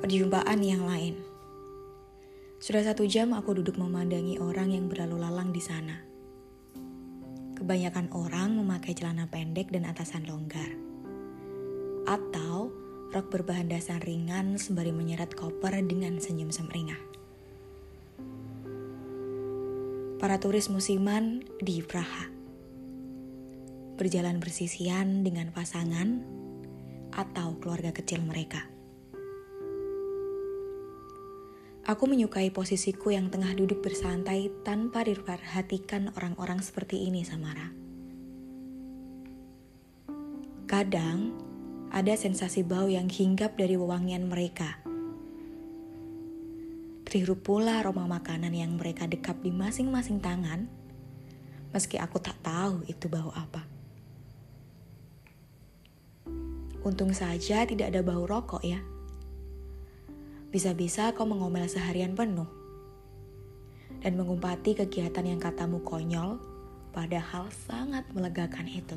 Perjumpaan yang lain. Sudah 1 jam aku duduk memandangi orang yang berlalu lalang di sana. Kebanyakan orang memakai celana pendek dan atasan longgar. Atau rok berbahan dasar ringan sembari menyeret koper dengan senyum semeringah. Para turis musiman di Praha. Berjalan bersisian dengan pasangan atau keluarga kecil mereka. Aku menyukai posisiku yang tengah duduk bersantai tanpa diperhatikan orang-orang seperti ini, Samara. Kadang, ada sensasi bau yang hinggap dari wewangian mereka. Terhirup pula aroma makanan yang mereka dekap di masing-masing tangan, meski aku tak tahu itu bau apa. Untung saja tidak ada bau rokok ya. Bisa-bisa kau mengomel seharian penuh dan mengumpati kegiatan yang katamu konyol, padahal sangat melegakan itu.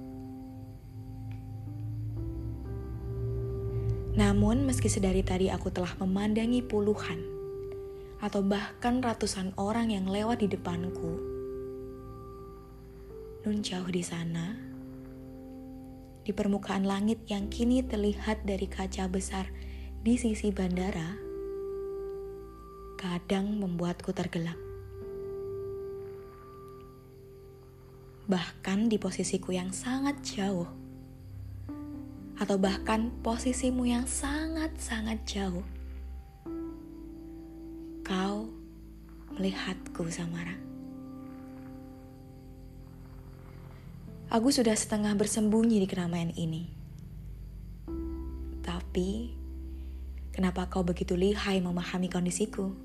Namun meski sedari tadi aku telah memandangi puluhan atau bahkan ratusan orang yang lewat di depanku, nun jauh di sana, di permukaan langit yang kini terlihat dari kaca besar di sisi bandara, kadang membuatku tergelak. Bahkan di posisiku yang sangat jauh, atau bahkan posisimu yang sangat-sangat jauh, kau melihatku, Samara. Aku sudah setengah bersembunyi di keramaian ini. Tapi kenapa kau begitu lihai memahami kondisiku?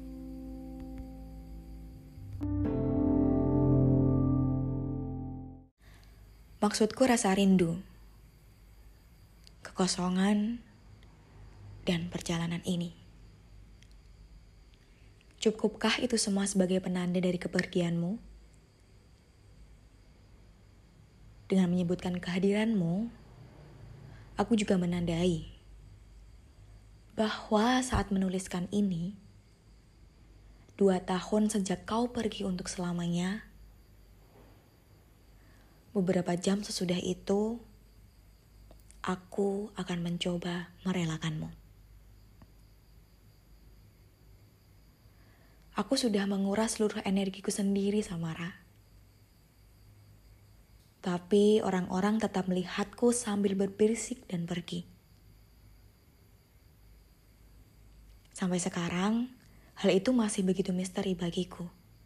Maksudku rasa rindu, kekosongan, dan perjalanan ini. Cukupkah itu semua sebagai penanda dari kepergianmu? Dengan menyebutkan kehadiranmu, aku juga menandai bahwa saat menuliskan ini, 2 tahun sejak kau pergi untuk selamanya, beberapa jam sesudah itu, aku akan mencoba merelakanmu. Aku sudah menguras seluruh energiku sendiri, Samara. Tapi orang-orang tetap melihatku sambil berbirsik dan pergi. Sampai sekarang, hal itu masih begitu misteri bagiku.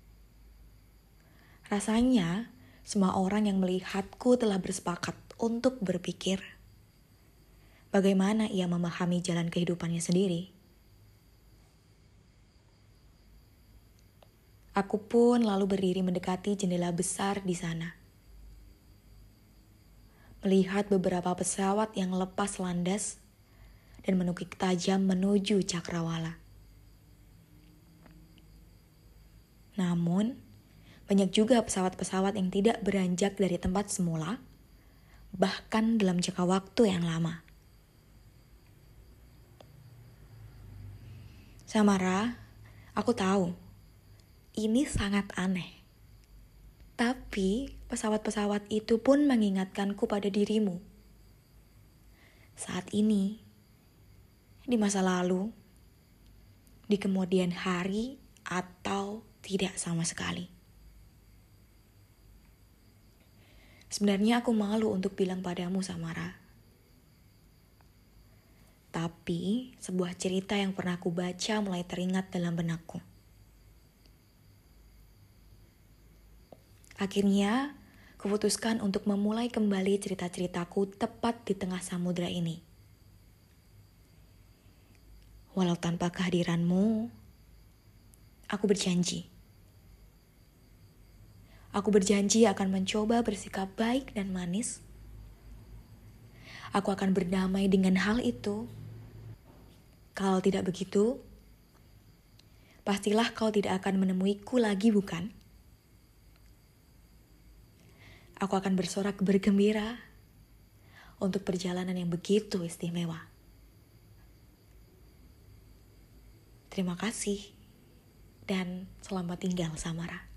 Rasanya, semua orang yang melihatku telah bersepakat untuk berpikir bagaimana ia memahami jalan kehidupannya sendiri. Aku pun lalu berdiri mendekati jendela besar di sana. Melihat beberapa pesawat yang lepas landas dan menukik tajam menuju Cakrawala. Namun, banyak juga pesawat-pesawat yang tidak beranjak dari tempat semula, bahkan dalam jangka waktu yang lama. Samara, aku tahu, ini sangat aneh. Tapi, pesawat-pesawat itu pun mengingatkanku pada dirimu. Saat ini, di masa lalu, di kemudian hari, atau tidak sama sekali. Sebenarnya aku malu untuk bilang padamu, Samara. Tapi, sebuah cerita yang pernah aku baca mulai teringat dalam benakku. Akhirnya, kuputuskan untuk memulai kembali cerita-ceritaku tepat di tengah samudera ini. Walau tanpa kehadiranmu, aku berjanji. Aku berjanji akan mencoba bersikap baik dan manis. Aku akan berdamai dengan hal itu. Kalau tidak begitu, pastilah kau tidak akan menemuiku lagi, bukan? Aku akan bersorak bergembira untuk perjalanan yang begitu istimewa. Terima kasih dan selamat tinggal, Samara.